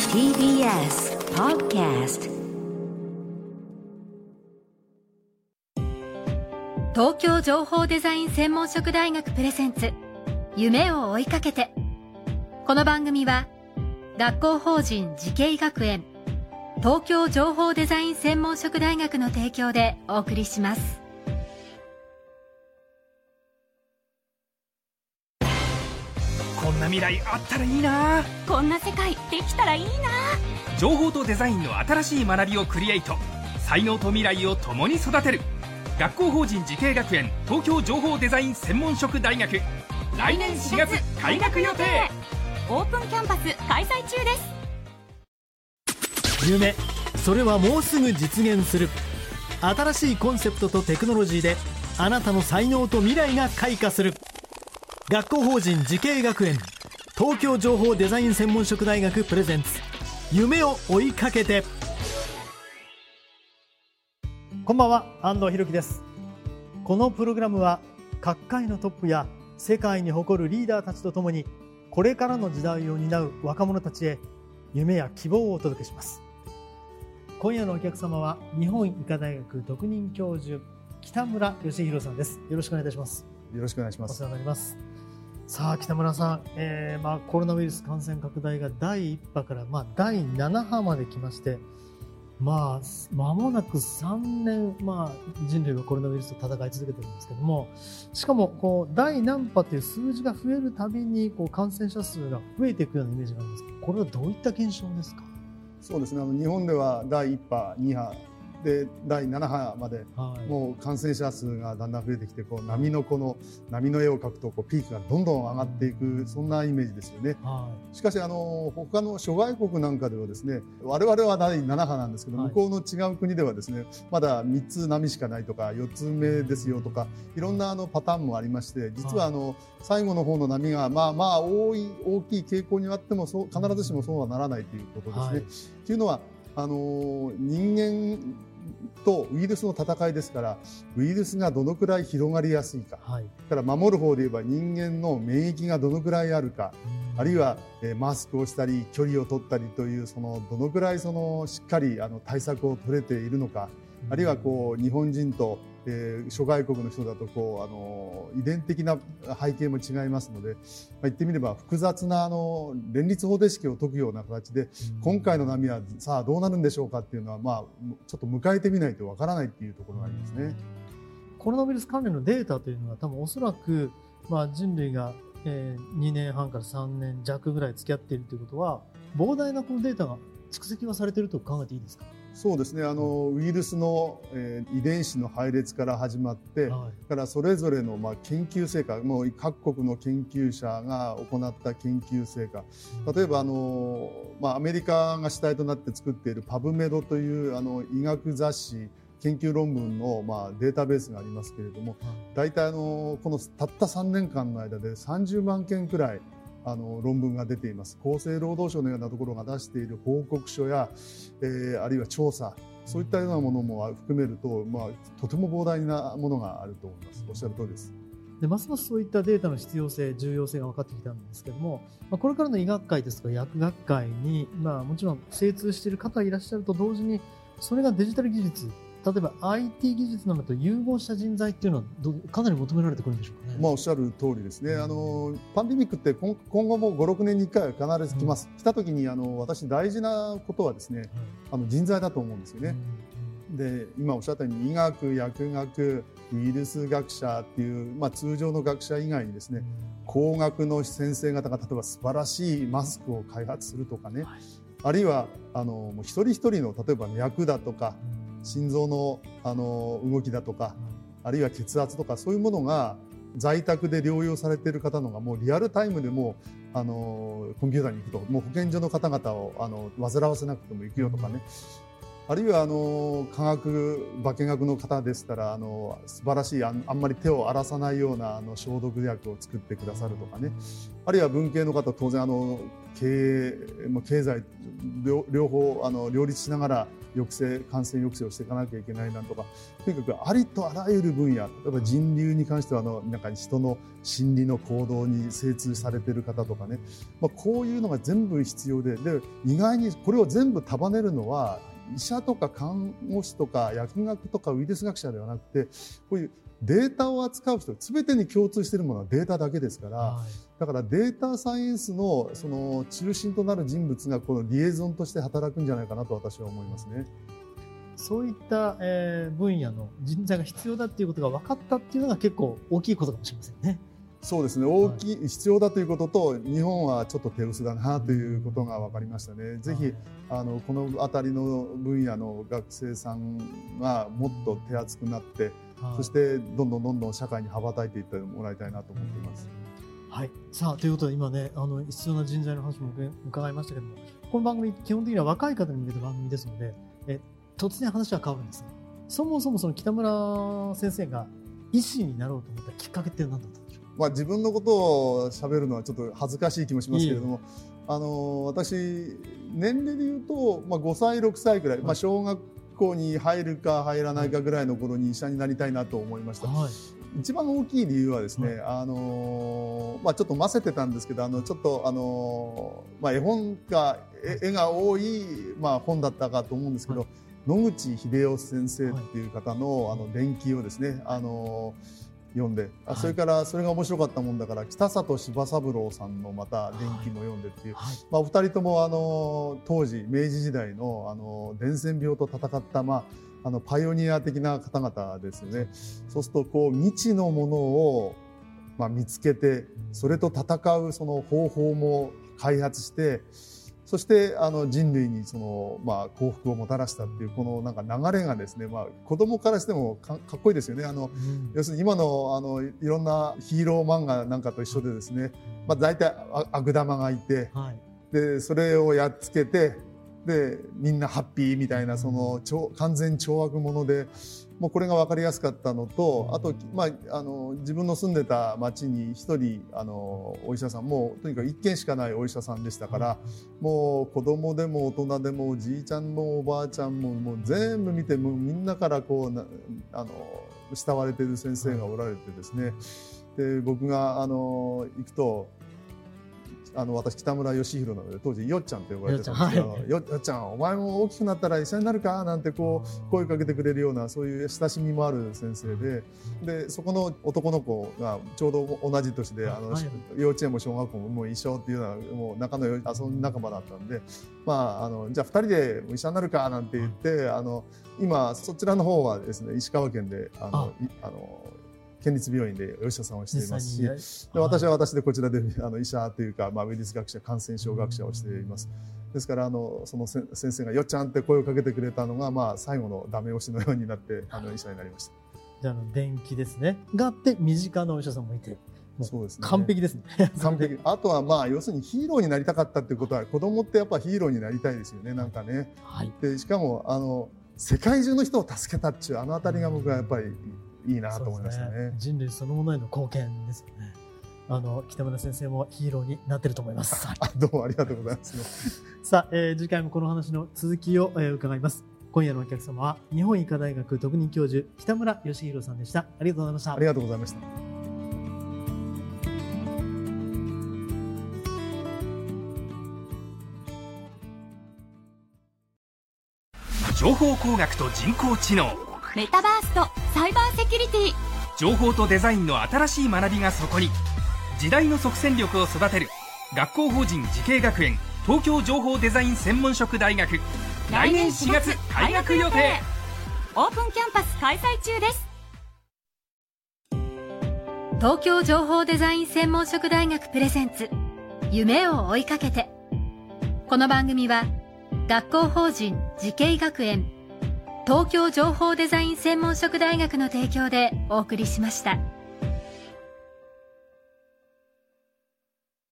TBS Podcast。 東京情報デザイン専門職大学プレゼンツ、夢を追いかけて。この番組は学校法人慈恵学園、東京情報デザイン専門職大学の提供でお送りします。 こんな未来あったらいいな。 こんな世界できたらいいな。 情報とデザインの新しい学びをクリエイト。才能と未来を共に育てる。学校法人慈恵学園東京情報デザイン専門職大学、来年4月開学予定。 オープンキャンパス開催中です。 夢、それはもうすぐ実現する。新しいコンセプトとテクノロジーであなたの才能と未来が開花する。学校法人慈恵学園東京情報デザイン専門職大学プレゼンツ、夢を追いかけて。こんばんは、安藤裕樹です。このプログラムは各界のトップや世界に誇るリーダーたちとともに、これからの時代を担う若者たちへ夢や希望をお届けします。今夜のお客様は日本医科大学特任教授北村義弘さんです。よろしくお願いいたします。 よろしくお願いします。 お世話になります。さあ北村さん、コロナウイルス感染拡大が第1波から、第7波まで来まして、間もなく3年、人類はコロナウイルスと戦い続けてるんですけども、しかも第何波という数字が増えるたびに感染者数が増えていくようなイメージがあるんですけど、これはどういった現象ですか？ そうですね、日本では第1波、2波で第7波まで、もう感染者数がだんだん増えてきて、波の絵を描くとピークがどんどん上がっていく、そんなイメージですよね。しかし他の諸外国なんかではですね、我々は第7波なんですけど、向こうの違う国ではですね、まだ3つ波しかないとか4つ目ですよとか、いろんなパターンもありまして、実は最後の方の波が大きい傾向にあっても必ずしもそうはならないということですね。というのは人間とウイルスの戦いですから、ウイルスがどのくらい広がりやすいか、から守る方で言えば人間の免疫がどのくらいあるか、あるいはマスクをしたり距離を取ったりという、どのくらいしっかり対策を取れているのか、あるいは日本人と諸外国の人だと遺伝的な背景も違いますので、言ってみれば複雑な連立方程式を解くような形で、今回の波はさあどうなるんでしょうかっていうのは、ちょっと迎えてみないとわからないっていうところがありますね。 コロナウイルス関連のデータというのは多分おそらく、人類が2年半から3年弱ぐらい付き合っているということは、膨大なこのデータが蓄積はされていると考えていいですか？ そうですね、ウイルスの、遺伝子の配列から始まって、からそれぞれの、研究成果、もう各国の研究者が行った研究成果、例えばアメリカが主体となって作っているパブメドという医学雑誌研究論文の、データベースがありますけれども、大体このたった3年間の間で30万件くらい論文が出ています。厚生労働省のようなところが出している報告書や、あるいは調査、そういったようなものも含めると、とても膨大なものがあると思います。おっしゃる通りです。 でますますそういったデータの必要性、重要性が分かってきたんですけども、これからの医学会ですとか薬学会に、もちろん精通している方がいらっしゃると同時に、それがデジタル技術、例えば IT 技術などと融合した人材っていうのはかなり求められてくるんでしょうかね。 おっしゃる通りですね。パンデミックって今後も5、6年に1回は必ず来ます。来た時に私大事なことはですね、人材だと思うんですよね。で、今おっしゃったように医学、薬学、ウイルス学者っていう、通常の学者以外にですね、工学の先生方が例えば素晴らしいマスクを開発するとかね、あるいは一人一人の例えば脈だとか心臓の動きだとか、あるいは血圧とか、そういうものが在宅で療養されている方のがもうリアルタイムでもコンピューターに行くと、もう保健所の方々を煩わせなくても行くよとかね、あるいは化学化学の方でしたら素晴らしいあんまり手を荒らさないような消毒薬を作ってくださるとかね、あるいは文系の方、当然経営経済両方両立しながら感染抑制をしていかなきゃいけないなんとか、とにかくありとあらゆる分野、例えば人流に関してはなんか人の心理の行動に精通されている方とかね、こういうのが全部必要で、意外にこれを全部束ねるのは医者とか看護師とか薬学とかウイルス学者ではなくて、こういうデータを扱う人、全てに共通しているものはデータだけですから、だからデータサイエンスのその中心となる人物がこのリエゾンとして働くんじゃないかなと私は思いますね。 そういった、分野の人材が必要だっていうことが分かったっていうのが結構大きいことかもしれませんね。 そうですね、必要だということと、日本はちょっと手薄だなということが分かりましたね。ぜひこの辺りの分野の学生さんがもっと手厚くなって、そしてどんどん社会に羽ばたいていってもらいたいなと思っています。 はい、さあということで今ね必要な人材の話も伺いましたけども、この番組基本的には若い方に向けた番組ですので、突然話は変わるんですが、そもそもその北村先生が医師になろうと思ったきっかけって何だったんでしょう。 自分のことを喋るのはちょっと恥ずかしい気もしますけれども、私年齢で言うと、5歳6歳くらい、小学校に入るか入らないかぐらいの頃に医者になりたいなと思いました。一番大きい理由はですね、ちょっとませてたんですけど、ちょっと絵本か絵が多い、本だったかと思うんですけど、野口英世先生っていう方の伝記をですね読んで、それからそれが面白かったもんだから北里柴三郎さんのまた伝記も読んでっていう、お二人とも当時明治時代の伝染病と戦ったパイオニア的な方々ですよね。そうすると未知のものを見つけて、それと戦うその方法も開発して、そして人類に幸福をもたらしたっていうこのなんか流れがですね、子供からしてもかっこいいですよね。要するに今のいろんなヒーロー漫画なんかと一緒でですね、大体悪玉がいて、でそれをやっつけて、でみんなハッピーみたいなその完全懲悪者で、もうこれが分かりやすかったのと、あと、自分の住んでた町に一人お医者さんもとにかく一軒しかないお医者さんでしたから、もう子供でも大人でもおじいちゃんもおばあちゃんももう全部見て、もうみんなから慕われている先生がおられてですね、で僕が行くと。私北村義弘なので当時よっちゃんって呼ばれてたんですけど、よっちゃんお前も大きくなったら医者になるかなんて声かけてくれるような、そういう親しみもある先生で、そこの男の子がちょうど同じ年で幼稚園も小学校ももう一緒っていうようなもう仲の良い遊び仲間だったんで、じゃあ2人で医者になるかなんて言って今そちらの方はですね石川県で県立病院でお医者さんをしていますし、で私は私でこちらで医者というか、ウイルス学者感染症学者をしています。ですからその先生がよっちゃんって声をかけてくれたのが、最後のダメ押しのようになって医者になりました。 じゃあ電気ですねがあって、身近なお医者さんもいて、 そうですね、 完璧ですね。 完璧。あとは要するにヒーローになりたかったっていうことは、子供ってやっぱヒーローになりたいですよね、なんかね。でしかも世界中の人を助けたっていうあたりが僕はやっぱりいいなと思いましたね。 人類そのものへの貢献ですよね。北村先生もヒーローになってると思います。 どうもありがとうございます。 さあ、次回もこの話の続きを、伺います。今夜のお客様は日本医科大学特任教授北村義弘さんでした。ありがとうございました。 ありがとうございました。 情報工学と人工知能、 メタバースとサイバーセキュリティ、 情報とデザインの新しい学びがそこに。時代の即戦力を育てる学校法人慈恵学園東京情報デザイン専門職大学、来年4月開学予定。 オープンキャンパス開催中です。 東京情報デザイン専門職大学プレゼンツ、夢を追いかけて。この番組は学校法人慈恵学園東京情報デザイン専門職大学の提供でお送りしました。